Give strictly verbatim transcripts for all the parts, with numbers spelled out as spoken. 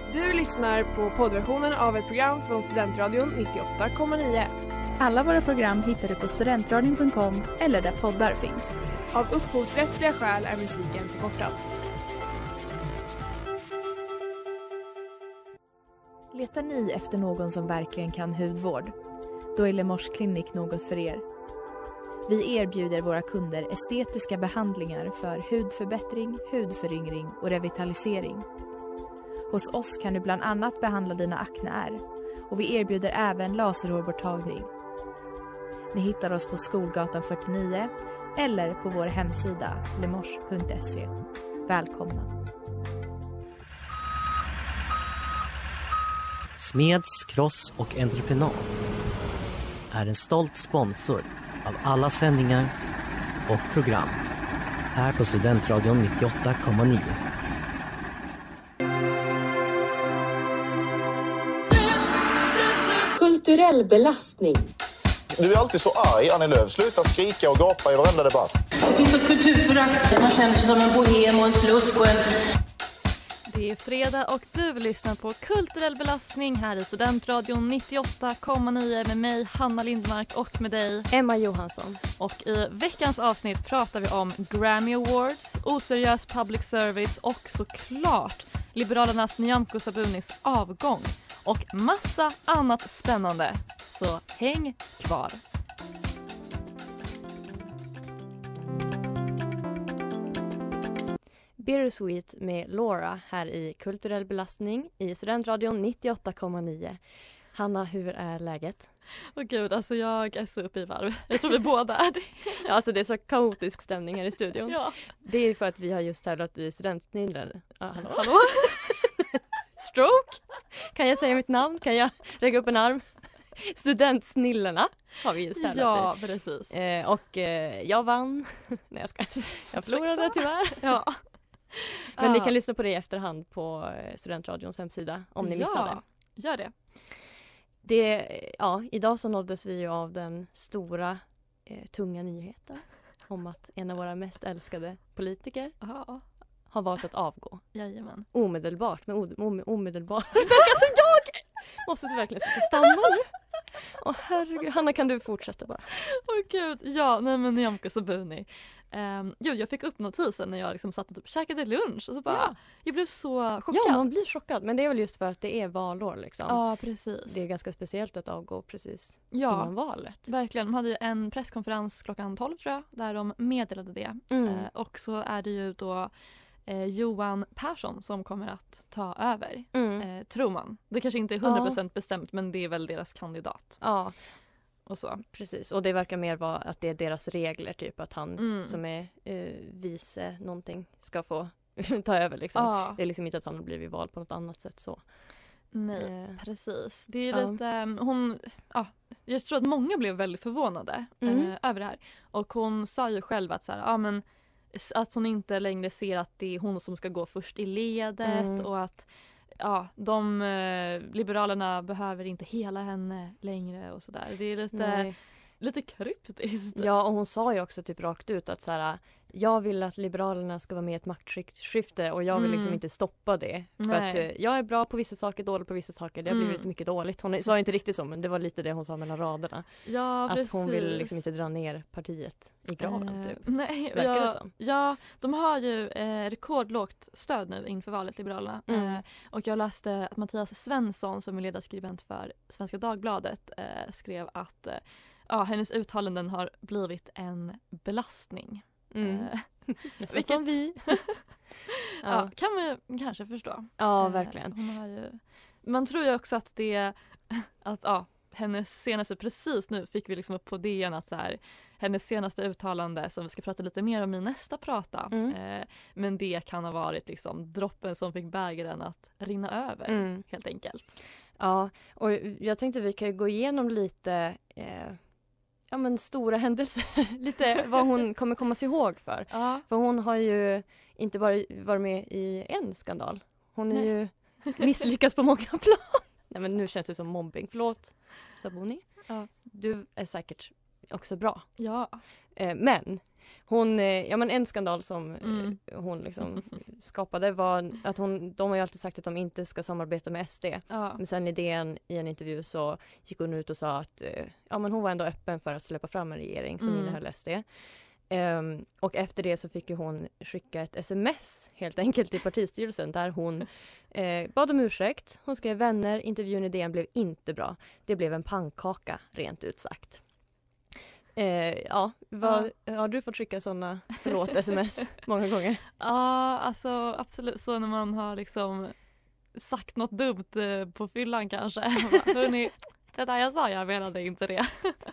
Du lyssnar på poddversionen av ett program från Studentradion nittioåtta komma nio. Alla våra program hittar du på studentradion punkt com eller där poddar finns. Av upphovsrättsliga skäl är musiken förkortad. Letar ni efter någon som verkligen kan hudvård? Då är Lemors klinik något för er. Vi erbjuder våra kunder estetiska behandlingar för hudförbättring, hudföryngring och revitalisering. Hos oss kan du bland annat behandla dina akneär och vi erbjuder även laserhårborttagning. Ni hittar oss på Skolgatan fyrtionio eller på vår hemsida lemors punkt se. Välkomna! Smeds, Cross och Entreprenad är en stolt sponsor av alla sändningar och program här på Studentradion nittioåtta komma nio. Kulturell belastning. Du är alltid så arg, Annie Lööf. Sluta skrika och gapa i varenda debatt. Det finns ett kulturförakt. Man känner sig som en bohem och en slusk och en... Det är fredag och du lyssnar på Kulturell belastning här i Studentradion nittioåtta komma nio med mig, Hanna Lindmark, och med dig, Emma Johansson. Och i veckans avsnitt pratar vi om Grammy Awards, oseriös public service och såklart Liberalernas Nyamko Sabunis avgång och massa annat spännande. Så häng kvar! Bittersweet med Laura här i Kulturell belastning i Studentradion nittioåtta komma nio. Hanna, hur är läget? Åh gud, alltså jag är så uppe i varv. Jag tror vi båda är det. Ja, alltså det är så kaotisk stämning här i studion. Ja. Det är för att vi har just tävlat i studentsnillare. Ah, hallå? Hallå? Stroke? Kan jag säga mitt namn? Kan jag räcka upp en arm? Studentsnillorna har vi just tävlat Ja, i. precis. Eh, och eh, jag vann. Nej, jag ska. Jag förlorade tyvärr. Ja. Men ah. ni kan lyssna på det i efterhand på Studentradions hemsida om ni missade. Ja, gör det. det. Ja, idag så nåddes vi ju av den stora eh, tunga nyheten om att en av våra mest älskade politiker Ja. har valt att avgå. Jajamän. Omedelbart, med ode- om- omedelbart. Alltså jag måste så verkligen sätta stanna nu. Åh herregud, Hanna, kan du fortsätta bara? Åh oh, gud, ja, nej men Nyamko Sabuni. Um, jo, jag fick upp notisen när jag liksom satt och typ käkade lunch och så bara, Ja. jag blev så chockad. Ja, man blir chockad, men det är väl just för att det är valår liksom. Ja, precis. Det är ganska speciellt att avgå precis ja, innan valet. Verkligen, de hade ju en presskonferens klockan tolv tror jag, där de meddelade det. Mm. Uh, och så är det ju då eh, Johan Persson som kommer att ta över, Mm. eh, tror man. Det kanske inte är hundra procent ja. bestämt, men det är väl deras kandidat. Ja, och så. Precis. Och det verkar mer vara att det är deras regler, typ att han mm. som är eh, vice någonting ska få ta över liksom. Ja. Det är liksom inte att han har blivit vald på något annat sätt så. Nej, Eh. precis. Det är Ja. lite, um, hon, ja, jag tror att många blev väldigt förvånade Mm. eh, över det här. Och hon sa ju själv att så här, ja men att hon inte längre ser att det är hon som ska gå först i ledet Mm. och att ja, de eh, liberalerna behöver inte hela henne längre och sådär. Det är lite, Nej. lite kryptiskt. Ja, och hon sa ju också typ rakt ut att så här, jag vill att Liberalerna ska vara med i ett maktskifte och jag vill Mm. liksom inte stoppa det. För Nej. att eh, jag är bra på vissa saker, dålig på vissa saker. Det har Mm. blivit mycket dåligt. Hon sa inte riktigt så, men det var lite det hon sa mellan raderna. Ja, att precis. hon vill liksom inte dra ner partiet i graven Eh, typ. Nej, Verkar ja, det som? Ja, de har ju eh, rekordlågt stöd nu inför valet, Liberalerna. Mm. Eh, och jag läste att Mattias Svensson, som är ledarskribent för Svenska Dagbladet, eh, skrev att eh, ja, hennes uttalanden har blivit en belastning. Mm. Eh, Nästan vilket som vi. ja. Ja. kan man ju kanske förstå. Ja, Eh, verkligen. hon har ju, man tror ju också att det att ja, hennes senaste, precis nu fick vi liksom upp på D N att så här, hennes senaste uttalande som vi ska prata lite mer om i nästa prata. Mm. Eh, men det kan ha varit liksom droppen som fick bägaren att rinna över Mm. helt enkelt. Ja, och jag tänkte vi kan ju gå igenom lite eh, ja, men stora händelser. Lite vad hon kommer komma sig ihåg för. Ja. För hon har ju inte bara varit med i en skandal. Hon är Nej. ju misslyckats på många plan. Nej, men nu känns det som mobbing. Förlåt, Sabuni. Ja. Du är säkert också bra. Ja. Eh, men hon, eh, ja men en skandal som Mm. eh, hon liksom skapade var att hon, de har ju alltid sagt att de inte ska samarbeta med S D. Ja. Men sen i D N i en intervju så gick hon ut och sa att eh, ja, men hon var ändå öppen för att släppa fram en regering som Mm. innehöll S D. Um, och efter det så fick ju hon skicka ett sms helt enkelt till partistyrelsen där hon eh, bad om ursäkt. Hon skrev vänner, intervjun i D N blev inte bra. Det blev en pannkaka rent ut sagt. Eh, ja, vad, har du fått skicka sådana förlåt sms många gånger? Ja, alltså absolut. Så när man har liksom sagt något dumt eh, på fyllan kanske. Bara, hörni, det där jag sa, jag menade inte det.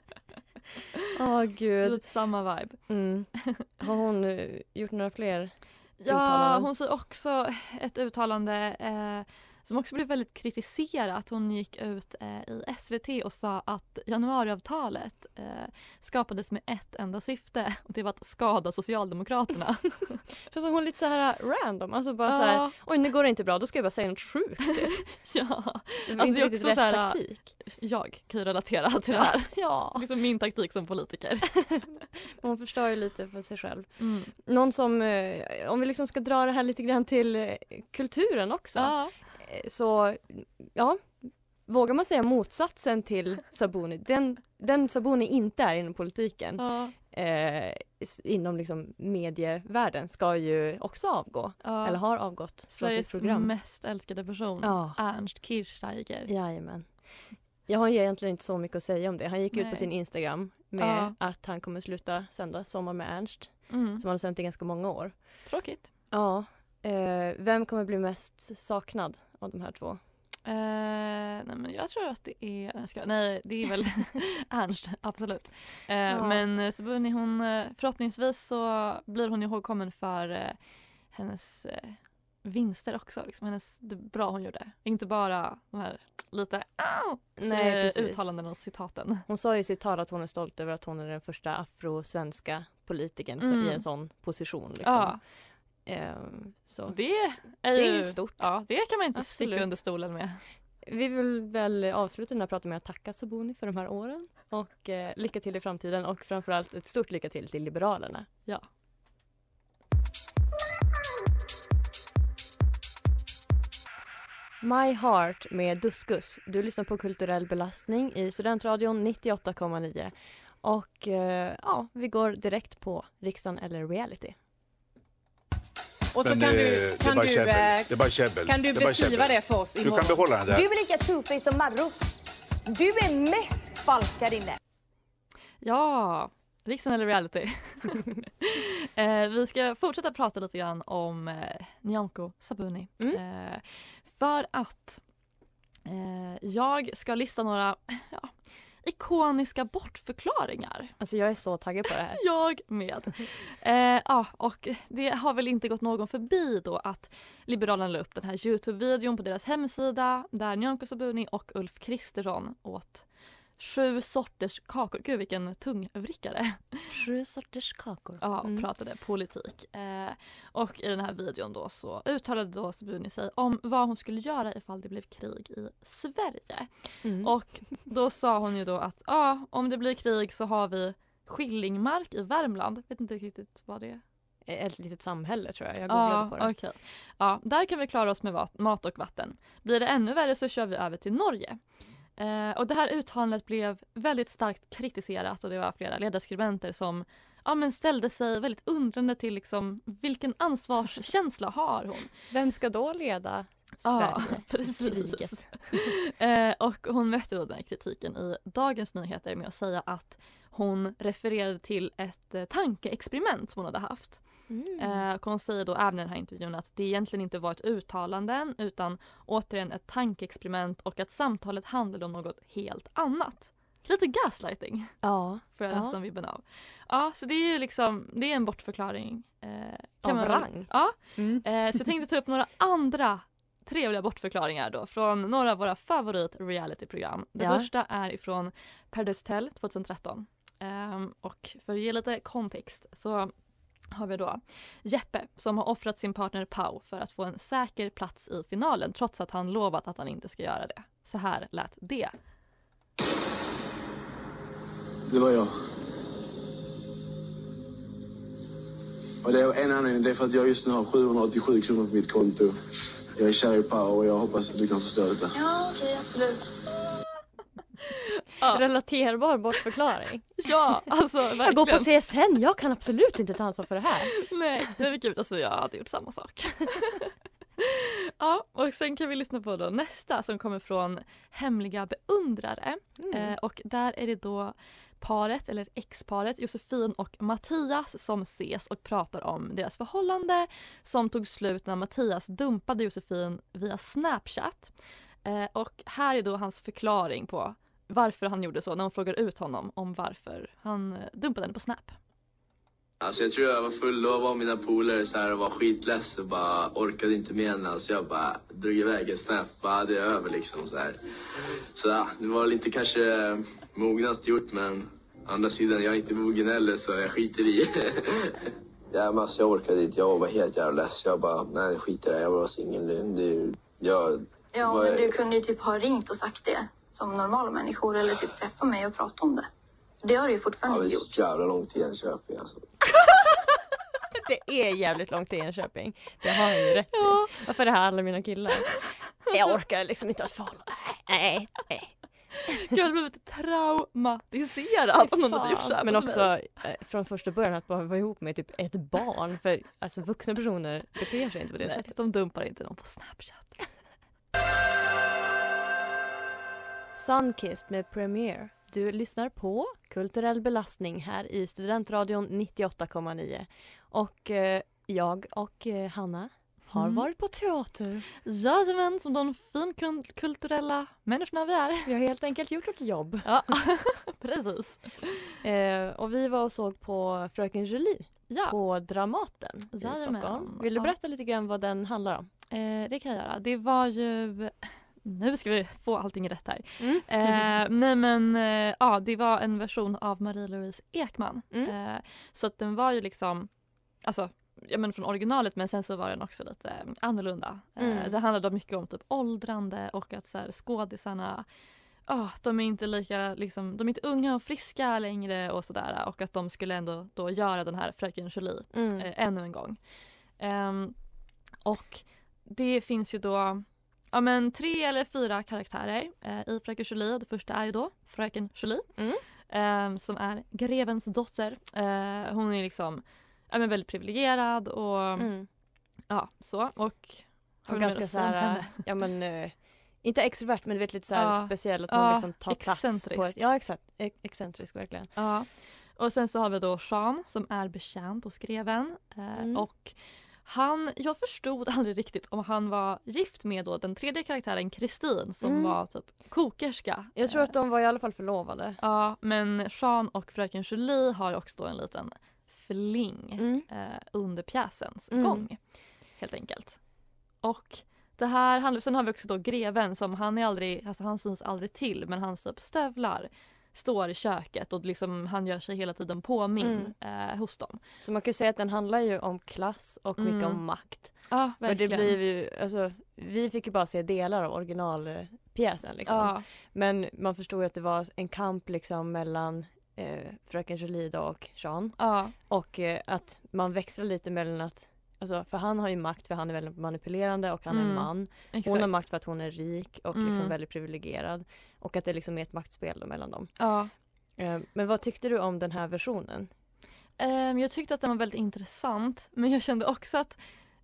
Åh oh, gud. Lite samma vibe. Mm. Har hon uh, gjort några fler Ja, uttalanden? hon sa också ett uttalande eh, som också blev väldigt kritiserat. Hon gick ut eh, i S V T och sa att januariavtalet eh, skapades med ett enda syfte. Och det var att skada Socialdemokraterna. Så hon lite så här random. Alltså bara Ja. så här, oj nu går det inte bra, då ska jag bara säga något sjukt. Ja, Det var Alltså, inte det är riktigt också rätt så här, taktik. jag kan ju relatera till det här. Ja. Liksom min taktik som politiker. Hon förstör ju lite för sig själv. Mm. Någon som, eh, om vi liksom ska dra det här lite grann till eh, kulturen också. Ja. Eh, Så, ja, vågar man säga motsatsen till Sabuni. Den, den Sabuni inte är inom politiken. Ja. Eh, s- inom liksom medievärlden ska ju också avgå. Ja. Eller har avgått från sitt Sveriges program. mest älskade person. Ja. Ernst Kirchsteiger. Jajamän. Jag har egentligen inte så mycket att säga om det. Han gick ut Nej. på sin Instagram med Ja. att han kommer sluta sända Sommar med Ernst. Mm. Som han har sänt i ganska många år. Tråkigt. Ja. Eh, vem kommer bli mest saknad av de här två? Eh, nej men jag tror att det är, nej, jag ska, nej det är väl Ernst, absolut. Eh, Ja. Men Sabuni, hon, eh, förhoppningsvis så blir hon ihågkommen för eh, hennes eh, vinster också. Liksom hennes, det bra hon gjorde. Inte bara de här lite ah, Nej, eh, precis. uttalanden och citaten. Hon sa i sitt tal att hon är stolt över att hon är den första afrosvenska politikern Mm. i en sån position. Liksom. Ja, Eh, så. det är, Det är ju stort. Ja, det kan man inte Absolut. sticka under stolen med. Vi vill väl avsluta den här praten med att tacka Sabuni för de här åren. Och eh, lycka till i framtiden och framförallt ett stort lycka till till Liberalerna. Ja. My Heart med Duskus. Du lyssnar på Kulturell belastning i Studentradion nittioåtta komma nio. Och eh, ja, vi går direkt på riksdagen eller reality. Och så Men kan eh, du, det är kan bara du, käbbel. eh, Det är bara käbbel. kan du Det är bara beskriva käbbel. det för oss Du kan imorgon? behålla den där. Du är lika two-faced som Marro. Du är mest falsk här inne. Ja, riksdagen eller reality. eh, vi ska fortsätta prata lite grann om eh, Nyamko Sabuni. Mm. Eh, för att eh, jag ska lista några ja, ikoniska bortförklaringar. Alltså jag är så taggad på det här. Jag med. Eh, ja, och det har väl inte gått någon förbi då att Liberalerna la upp den här Youtube-videon på deras hemsida där Nyamko Sabuni och Ulf Kristersson åt sju sorters kakor. Gud vilken tungvrickare. Sju sorters kakor. Ja, Mm. pratade politik. Eh, och i den här videon då så uttalade då Sabuni sig om vad hon skulle göra ifall det blev krig i Sverige. Mm. Och då sa hon ju då att ja, om det blir krig så har vi Skillingmark i Värmland. Vet inte riktigt vad det är. Ett litet samhälle tror jag. Jag googlade Ja, på det. okej. Ja, där kan vi klara oss med vat- mat och vatten. Blir det ännu värre så kör vi över till Norge. Eh, och det här uttalandet blev väldigt starkt kritiserat och det var flera ledarskribenter som ja, men ställde sig väldigt undrande till liksom, vilken ansvarskänsla har hon. Vem ska då leda Ja, Sverige? precis. Kriget. eh, och hon mötte då den här kritiken i Dagens Nyheter med att säga att hon refererade till ett eh, tankeexperiment som hon hade haft. Mm. Eh, och hon säger då även i den här intervjun att det egentligen inte var ett uttalande utan återigen ett tankeexperiment och att samtalet handlade om något helt annat. Lite gaslighting Ja, för jag Ja. nästan vibben av. Ja, så det är ju liksom, det är en bortförklaring. Eh, kan av man väl- rang. Ja, Mm. eh, så jag tänkte ta upp några andra trevliga bortförklaringar då från några av våra favorit realityprogram. Det Ja. första är ifrån Paradise Hotel tjugohundratretton. Ehm, och för att ge lite kontext så har vi då Jeppe som har offrat sin partner Pau för att få en säker plats i finalen trots att han lovat att han inte ska göra det. Så här lät det. Det var jag. Och det är en anledning, det är för att jag just nu har sjuhundraåttiosju kronor på mitt konto. Jag är kär i Pau och jag hoppas att du kan förstå detta. Ja, okej, okay, absolut. Ja. Relaterbar bortförklaring. Ja, alltså verkligen. Jag går på C S N, jag kan absolut inte ta ansvar för det här. Nej, det är kul. Alltså jag hade gjort samma sak. Ja, och sen kan vi lyssna på då nästa som kommer från Hemliga beundrare. Mm. Eh, och där är det då paret, eller ex-paret, Josefin och Mattias som ses och pratar om deras förhållande som tog slut när Mattias dumpade Josefin via Snapchat. Eh, och här är då hans förklaring på varför han gjorde så när hon frågar ut honom om varför han eh, dumpade henne på Snap. Alltså jag tror jag var full, då var mina polare så här och var skitless och bara orkade inte med henne. Alltså jag bara drog iväg en Snap, bara det är över liksom så här. Så ja, det var lite kanske mognast gjort, men å andra sidan jag är inte mogen heller så jag skiter i. Ja men alltså jag orkade inte, jag var helt jävla less. Jag bara, nej skiter det, jag var singel nu. Jag, ja var... men du kunde ju typ ha ringt och sagt det som normala människor eller typ träffa mig och prata om det. Det har du ju fortfarande ja, inte gjort. Ja, det är jävla långt till Enköping alltså. Det är jävligt långt till Enköping. Det har jag ju rätt i. Ja. Varför är det här alla mina killar? Jag orkar liksom inte att förhålla. Nej, nej. Jag hade blivit traumatiserad om någon hade gjort så här. Men också eh, från första början att bara vara ihop med typ ett barn. För alltså vuxna personer beter sig inte på det nej, sättet. De dumpar inte någon på Snapchat. Sunkissed med Premiere. Du lyssnar på Kulturell belastning här i Studentradion nittioåtta komma nio. Och eh, jag och eh, Hanna har mm. varit på teater. Jajamän, som de fin kulturella människorna vi är. Vi har helt enkelt gjort ett jobb. Ja, precis. Eh, och vi var och såg på Fröken Julie ja. på Dramaten Jajamän. i Stockholm. Vill du berätta ja. lite grann vad den handlar om? Eh, det kan jag göra. Det var ju... Nu ska vi få allting rätt här. Mm. Eh, nej men eh, ja, det var en version av Marie-Louise Ekman. Mm. Eh, så att den var ju liksom, alltså, ja men från originalet, men sen så var den också lite eh, annorlunda. Mm. Eh, det handlade mycket om typ åldrande och att så här, skådisarna, oh, de är inte lika, liksom, de är inte unga och friska längre och sådär. Och att de skulle ändå då göra den här Fröken Julie mm. eh, ännu en gång. Eh, och det finns ju då ja, men tre eller fyra karaktärer eh, i Fröken Julie. Det första är ju då Fröken Julie mm. eh, som är grevens dotter. Eh, hon är liksom ja, men väldigt privilegierad och mm. ja, så. Och har ganska så här, ja men uh, inte extrovert men du vet lite så här ja. speciell att hon ja, liksom tar plats på ett, ja exakt, e- excentrisk verkligen. Ja. Och sen så har vi då Jean som är betjänt hos greven eh, mm. och han, jag förstod aldrig riktigt om han var gift med då den tredje karaktären Kristin som mm. var typ kokerska. Jag tror att de var i alla fall förlovade. Ja, men Jean och Fröken Julie har ju också då en liten fling mm. eh, under pjäsens mm. gång. Helt enkelt. Och det här handlar, sen har vi också då greven som han är aldrig, alltså han syns aldrig till men hans typ stövlar står i köket och liksom han gör sig hela tiden påmind mm. eh, hos dem. Så man kan ju säga att den handlar ju om klass och mycket mm. om makt. Ja, för det blir ju, alltså, vi fick ju bara se delar av originalpjäsen liksom. Ja. Men man förstod ju att det var en kamp liksom mellan eh, Fröken Julie då och Jean. Ja. Och eh, att man växlar lite mellan att alltså, för han har ju makt för han är väldigt manipulerande och han mm. är en man. Exakt. Hon har makt för att hon är rik och mm. liksom väldigt privilegierad. Och att det liksom är ett maktspel då mellan dem. Ja. Eh, men vad tyckte du om den här versionen? Um, jag tyckte att den var väldigt intressant. Men jag kände också att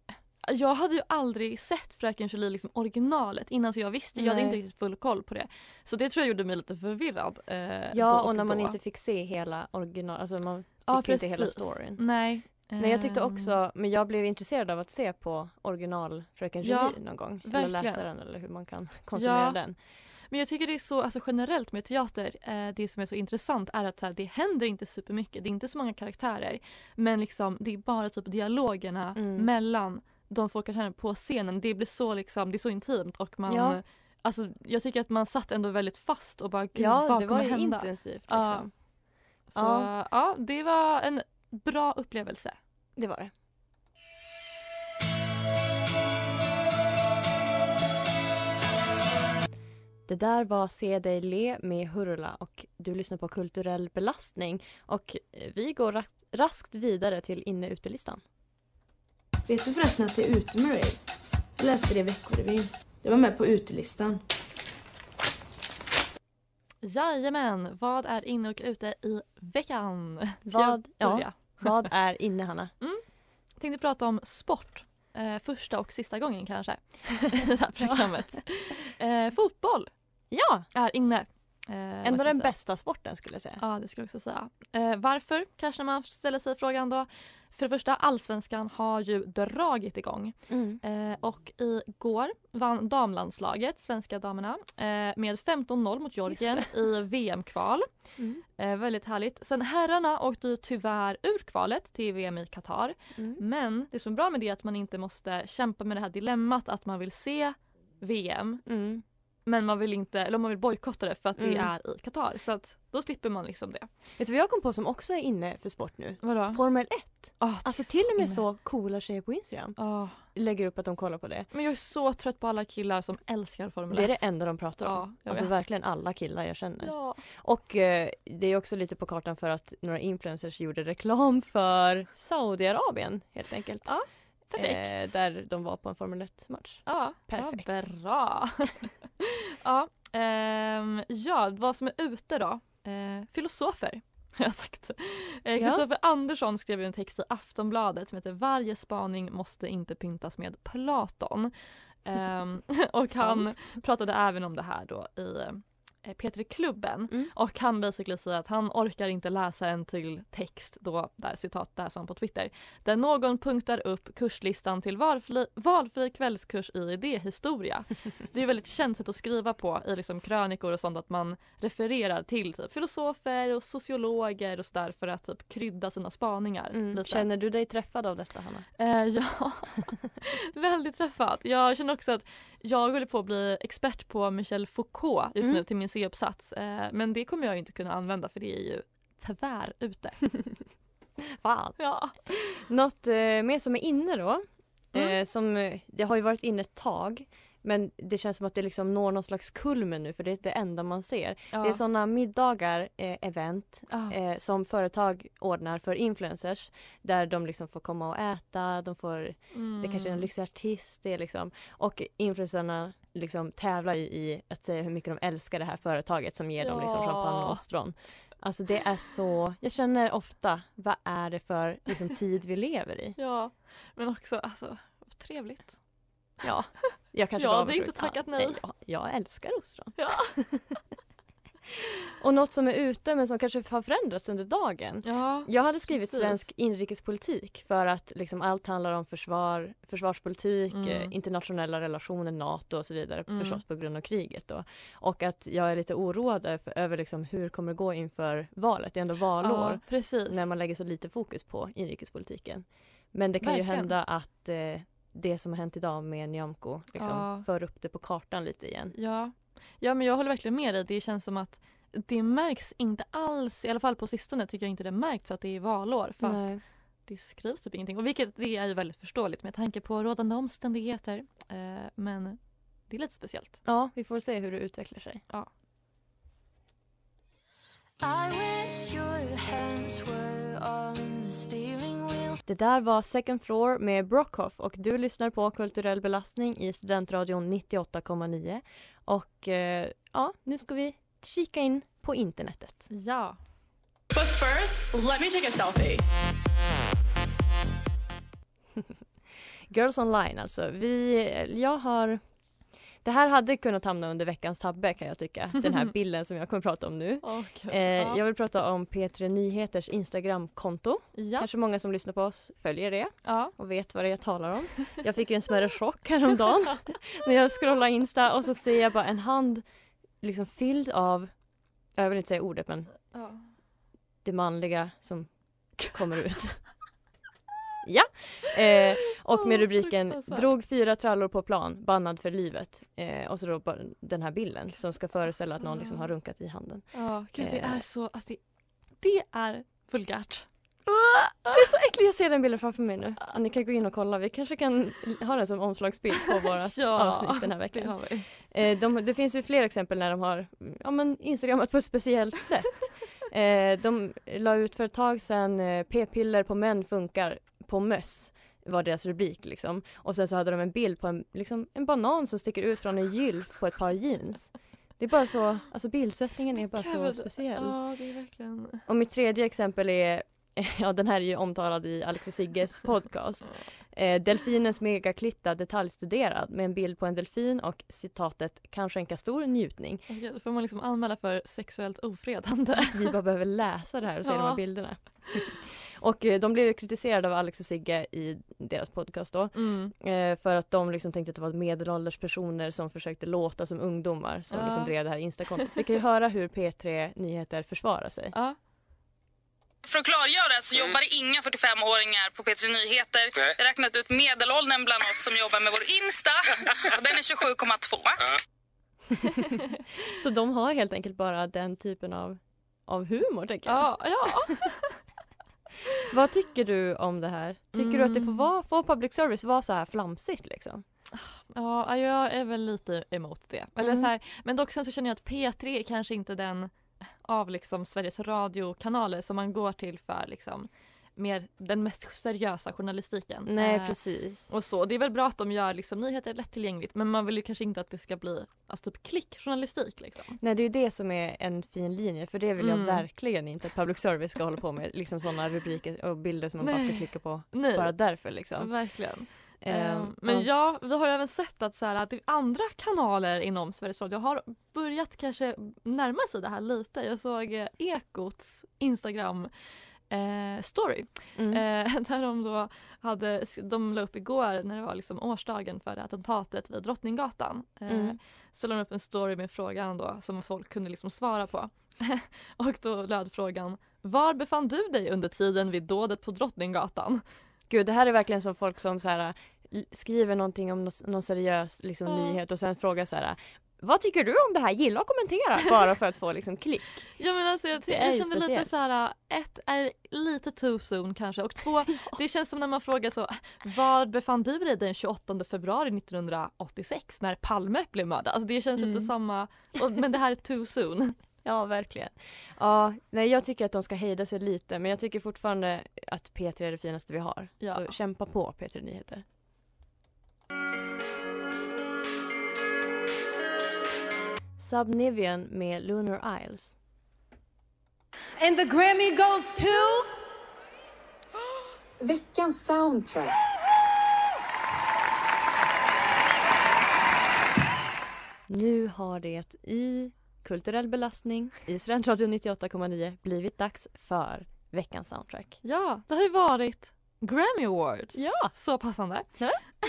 jag hade ju aldrig sett Fröken Julie liksom originalet innan så jag visste, Nej. jag hade inte riktigt full koll på det. Så det tror jag gjorde mig lite förvirrad. Eh, ja, och, och när då. man inte fick se hela original, alltså man fick ja, inte hela storyn. Nej. Nej, jag tyckte också, men jag blev intresserad av att se på original Fröken Julie ja, någon gång. Eller läsa den eller hur man kan konsumera ja. den. Men jag tycker det är så, alltså generellt med teater, eh, det som är så intressant är att så här, det händer inte supermycket, det är inte så många karaktärer. Men liksom, det är bara typ dialogerna mm. mellan de få karaktärerna på scenen. Det blir så liksom, det är så intimt och man, ja. alltså jag tycker att man satt ändå väldigt fast och bara, gud ja, vad det kommer var hända? Intensivt liksom. Ja. Så ja. ja, det var en bra upplevelse. Det var det. Det där var Se dig le med Hurula och du lyssnar på Kulturell belastning och vi går raskt vidare till inne-utelistan. Vet du förresten att det är ute med dig? Jag läste det i Veckorevyn. Det var med på utelistan. Jajamän, vad är inne och ute i veckan? Vad, ja, ja, vad är inne, Hanna? Mm. Jag tänkte prata om sport. Eh, första och sista gången kanske i det här programmet. eh, fotboll ja. är inne. Eh, Ändå den bästa sporten skulle jag säga. Ja, det skulle jag också säga. Eh, varför? Kanske man ställer sig frågan då. För det första, Allsvenskan har ju dragit igång. Mm. Eh, och igår vann damlandslaget, svenska damerna, eh, med femton noll mot Georgien i V M-kval. Mm. Eh, väldigt härligt. Sen herrarna åkte ju tyvärr ur kvalet till V M i Qatar. Mm. Men det som är bra med det är att man inte måste kämpa med det här dilemmat att man vill se V M. Mm. Men man vill inte, eller man vill bojkotta det för att Mm. det är i Qatar. Så att då slipper man liksom det. Vet du vad jag kom på som också är inne för sport nu? Vadå? Formel ett. Oh, alltså till och med inne. Så coola tjejer på Instagram oh. lägger upp att de kollar på det. Men jag är så trött på alla killar som älskar Formel ett. Det är det enda de pratar om. Ja, alltså vet. Verkligen alla killar jag känner. Ja. Och eh, det är också lite på kartan för att några influencers gjorde reklam för Saudiarabien helt enkelt. Ja. Perfekt. Eh, där de var på en Formel ett-match. Ja, perfekt. Ja, bra. ja, ehm, ja, vad som är ute då? Eh, filosofer, har jag sagt. Kristoffer ja. Andersson skrev ju en text i Aftonbladet som heter Varje spaning måste inte pyntas med Platon. Um, och han pratade även om det här då i P tre Klubben mm. och han basically säger att han orkar inte läsa en till text då, där citat där som på Twitter, där någon punktar upp kurslistan till valfri, valfri kvällskurs i idéhistoria. Det är väldigt känt sätt att skriva på i liksom krönikor och sånt, att man refererar till typ filosofer och sociologer och sådär för att typ krydda sina spaningar. Mm. Lite. Känner du dig träffad av detta, Hanna? Eh, ja, väldigt träffad. Jag känner också att jag håller på att bli expert på Michel Foucault just mm. nu till min C-uppsats. Eh, men det kommer jag ju inte kunna använda för det är ju tvär ute. Fan. Ja. Något eh, mer som är inne då. Mm. Eh, som, det har ju varit inne ett tag. Men det känns som att det liksom når någon slags kulmen nu för det är det enda man ser. Ja. Det är sådana middagar, eh, event Ja. eh, som företag ordnar för influencers. Där de liksom får komma och äta, de får, Mm. det kanske är en lyxig artist. Det är liksom, och influencerna liksom tävlar i, i att säga hur mycket de älskar det här företaget som ger Ja. dem liksom champagne och ostron. Alltså det är så, jag känner ofta, vad är det för liksom, tid vi lever i? Ja, men också alltså, trevligt. Ja, jag kanske ja, bara det är inte tackat nej. nej jag, jag älskar ostron. Ja. Och något som är ute men som kanske har förändrats under dagen. Ja, jag hade skrivit precis. svensk inrikespolitik för att liksom allt handlar om försvar, försvarspolitik, Mm. eh, internationella relationer, NATO och så vidare, Mm. förstås på grund av kriget då. Och att jag är lite oroad över, över liksom hur kommer det gå inför valet. Det är ändå valår. Ja, precis. När man lägger så lite fokus på inrikespolitiken. Men det kan Verkligen. ju hända att eh, det som har hänt idag med Nyamko liksom, Ja. för upp det på kartan lite igen. Ja. ja, men jag håller verkligen med dig. Det känns som att det märks inte alls, i alla fall på sistone tycker jag inte det märks att det är valår. För Nej. att det skrivs typ ingenting. Och vilket det är ju väldigt förståeligt med tanke på rådande omständigheter. Eh, men det är lite speciellt. Ja, vi får se hur det utvecklar sig. Ja. I wish your hands were on the steering wheel. Det där var Second Floor med Brockhoff och du lyssnar på Kulturell belastning i Studentradion nittioåtta komma nio. Och eh, ja, nu ska vi kika in på internetet. Ja. But first, let me take a selfie. Girls Online alltså. Vi, jag har... Det här hade kunnat hamna under veckans tabbe kan jag tycka. Den här bilden som jag kommer prata om nu. Oh, eh, jag vill prata om P tre Nyheters Instagram-konto. Ja. Kanske många som lyssnar på oss följer det. Ja. Och vet vad det är jag talar om. Jag fick ju en smärre chock häromdagen. när jag scrollar Insta och så ser jag bara en hand liksom fylld av, jag vill inte säga ordet men Ja. det manliga som kommer ut. Ja, eh, och med Oh, rubriken fruktansvärt. drog fyra trallor på plan, bannad för livet. Eh, och så då bara den här bilden som ska föreställa att någon liksom har runkat i handen. Ja, gud, det Eh. är så, alltså det, det är vulgärt. Det är så äckligt, jag ser den bilden framför mig nu. Ja, ni kan gå in och kolla, vi kanske kan ha den som omslagsbild på våra Ja, avsnitt den här det veckan. har vi. Eh, de, det finns ju fler exempel när de har ja, men Instagrammat på ett speciellt sätt. Eh, de la ut för ett tag sedan eh, p-piller på män funkar på möss. var deras rubrik liksom. Och sen så hade de en bild på en, liksom, en banan som sticker ut från en gylf på ett par jeans. Det är bara så, alltså bildsättningen är bara Gud, så speciell. Ja, det är verkligen... Och mitt tredje exempel är, ja den här är ju omtalad i Alex och Sigges podcast. Eh, delfinens megaklitta detaljstuderad med en bild på en delfin och citatet kan skänka stor njutning. Okej, då får man liksom anmäla för sexuellt ofredande. Att vi bara behöver läsa det här och se Ja. de här bilderna. Och eh, de blev ju kritiserade av Alex och Sigge i deras podcast då. Mm. Eh, för att de liksom tänkte att det var medelålders personer som försökte låta som ungdomar som Ja. liksom drev det här Instakontot. Vi kan ju höra hur P tre Nyheter försvarar sig. Ja. För att klargöra så mm. jobbar det inga fyrtiofem-åringar på P tre Nyheter. Nej. Jag har räknat ut medelåldern bland oss som jobbar med vår Insta. Och den är tjugosju komma två. Ja. Så de har helt enkelt bara den typen av, av humor, tänker jag. Ja, ja. Vad tycker du om det här? Tycker Mm. du att det får vara, får public service vara så här flamsigt liksom? Ja, jag är väl lite emot det. Eller Mm. så här, men dock sen så känner jag att P tre är kanske inte den av liksom Sveriges radiokanaler som man går till för liksom mer den mest seriösa journalistiken. Nej, eh, precis. Och så. Det är väl bra att de gör liksom nyheter lättillgängligt, men man vill ju kanske inte att det ska bli alltså typ klickjournalistik liksom. Nej, det är ju det som är en fin linje, för det vill jag Mm. verkligen inte att public service ska hålla på med, liksom sådana rubriker och bilder som man Nej. bara ska klicka på Nej. bara därför liksom. Verkligen. Ehm, Um, men ja, vi har ju även sett att, så här, att andra kanaler inom Sveriges Radio har börjat kanske närma sig det här lite. Jag såg eh, Ekots Instagram eh, story. Mm. Eh, där de då hade, de la upp igår när det var liksom årsdagen för det attentatet vid Drottninggatan. Eh, Mm. Så la de upp en story med frågan då som folk kunde liksom svara på. Och då löd frågan: var befann du dig under tiden vid dådet på Drottninggatan? Gud, det här är verkligen som folk som så här, l- skriver någonting om någon, någon seriös liksom, Ja. nyhet och sen frågar så här: vad tycker du om det här? Gilla och kommentera. Bara för att få liksom klick. Ja, men alltså jag, Det jag är ju känner lite speciellt. så här: ett är lite too soon kanske, och två, det känns som när man frågar så: var befann du dig den tjugoåttonde februari nittonhundraåttiosex när Palme blev mördad? Alltså det känns Mm. inte samma, och, men det här är too soon. Ja, verkligen. Ja, nej, jag tycker att de ska hejda sig lite, men jag tycker fortfarande att P tre är det finaste vi har. Ja. Så kämpa på, P tre Nyheter. Subnivian med Lunar Isles. And the Grammy goes to... Veckans soundtrack. Nu har det i kulturell belastning i Studentradion nittioåtta komma nio blivit dags för veckans soundtrack. Ja, det har ju varit Grammy Awards. Ja. Så passande. Ja.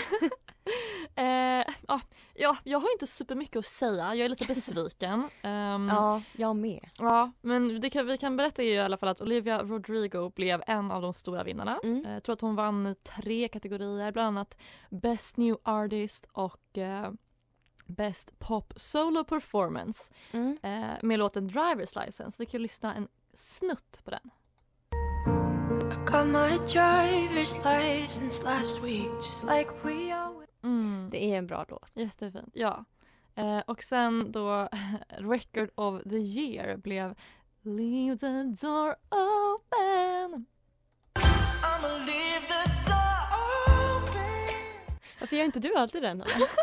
eh, ja, ja, jag har inte supermycket att säga. Jag är lite besviken. um, Ja, jag med. Ja, men det kan, vi kan berätta ju i alla fall att Olivia Rodrigo blev en av de stora vinnarna. Mm. Eh, Jag tror att hon vann i tre kategorier, bland annat Best New Artist och eh, Best Pop Solo Performance Mm. eh, med låten Driver's License. Vi kan ju lyssna en snutt på den. Got my driver's license last week, just like we always. Mm. Det är en bra låt. Jättefint, ja. Eh, och sen då Record of the Year blev Leave the door open. I'ma leave the door open. Varför gör inte du alltid den?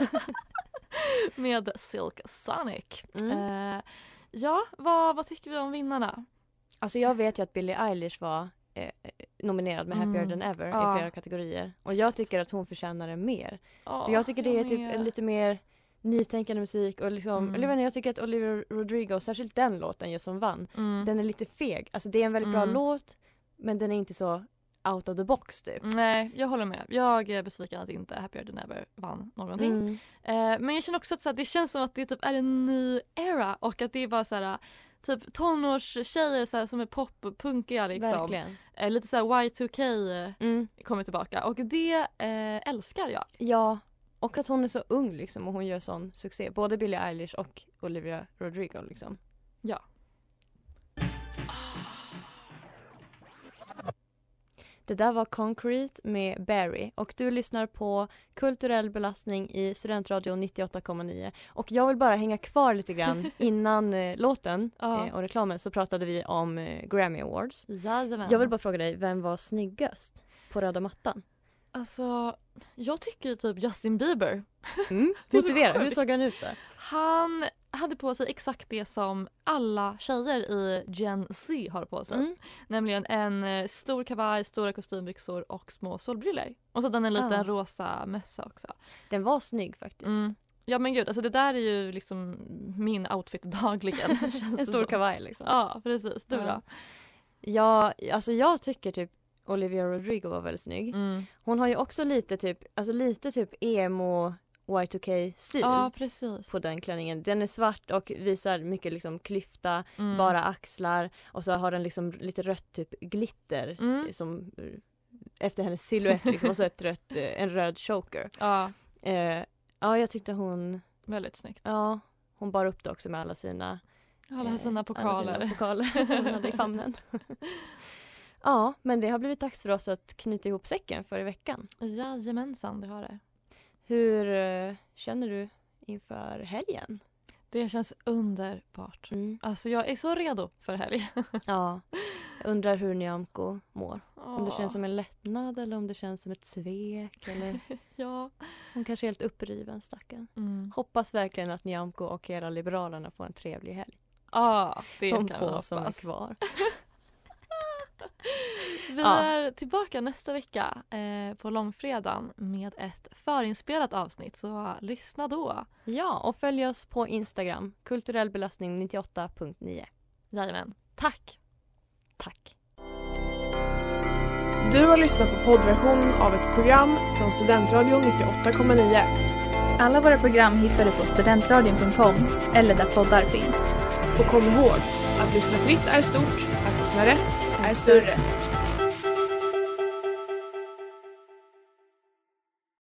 Med Silk Sonic. Mm. Eh, ja, vad, vad tycker vi om vinnarna? Alltså jag vet ju att Billie Eilish var eh, nominerad med Happier Mm. than ever Ja. i flera kategorier. Och jag tycker att hon förtjänar det mer. Ja, För jag tycker det är typ med. en lite mer nytänkande musik och liksom, Mm. eller jag vet inte, jag tycker att Olivia Rodrigo, särskilt den låten just som vann, Mm. den är lite feg. Alltså det är en väldigt bra Mm. låt, men den är inte så out of the box typ. Nej, jag håller med. Jag är besviken att inte Happier than ever vann någonting. Mm. Eh, men jag känner också att så här, det känns som att det typ är en ny era och att det är bara så här, typ tonårstjejer så här, som är pop-punkiga liksom. Verkligen. Eh, lite så här Y two K eh, Mm. kommer tillbaka och det eh, älskar jag. Ja, och att hon är så ung liksom och hon gör sån succé. Både Billie Eilish och Olivia Rodrigo liksom. Ja. Det där var Concrete med Barry och du lyssnar på kulturell belastning i Studentradion nittioåtta komma nio. Och jag vill bara hänga kvar lite grann innan eh, låten Ja. eh, och reklamen så pratade vi om eh, Grammy Awards. Jajamän. Jag vill bara fråga dig, vem var snyggast på röda mattan? Alltså, jag tycker ju typ Justin Bieber. Mm. Motivera, hur såg han ut då? Han hade på sig exakt det som alla tjejer i Gen Z har på sig. Mm. Nämligen en eh, stor kavaj, stora kostymbyxor och små solbriller. Och så den en liten ah. rosa mössa också. Den var snygg faktiskt. Mm. Ja men gud, alltså det där är ju liksom min outfit dagligen. En stor kavaj liksom. Ja, precis. Du ja. då? Ja, alltså jag tycker typ Olivia Rodrigo var väldigt snygg. Mm. Hon har ju också lite typ, alltså lite typ emo Y two K-stil ja, precis. På den klänningen. Den är svart och visar mycket liksom klyfta, mm. bara axlar. Och så har den liksom lite rött typ glitter mm. som efter hennes silhuett liksom. Och så ett rött, en röd choker. Ja. Eh, ja, jag tyckte hon... Väldigt snyggt. Ja, hon bar upp det också med alla sina... Alla sina eh, pokaler. Alla sina pokaler som hon hade i famnen. Ja, men det har blivit dags för oss att knyta ihop säcken för i veckan. Jajamensan, det har det. Hur uh, känner du inför helgen? Det känns underbart. Mm. Alltså jag är så redo för helg. Ja, jag undrar hur Nyamko mår. Oh. Om det känns som en lättnad eller om det känns som ett svek. Eller... ja. Hon kanske är helt uppriven, stacken. Mm. Hoppas verkligen att Nyamko och hela Liberalerna får en trevlig helg. Ja, ah, det De kan få hoppas. som är kvar. Vi ja. är tillbaka nästa vecka eh, på långfredagen med ett förinspelat avsnitt, så lyssna då. Ja, och följ oss på Instagram, kulturellbelastning nittioåtta punkt nio. Jajamän, tack. Tack. Du har lyssnat på poddversionen av ett program från Studentradion nittioåtta komma nio. Alla våra program hittar du på studentradion punkt com eller där poddar finns. Och kom ihåg, att lyssna fritt är stort, att lyssna rätt är större.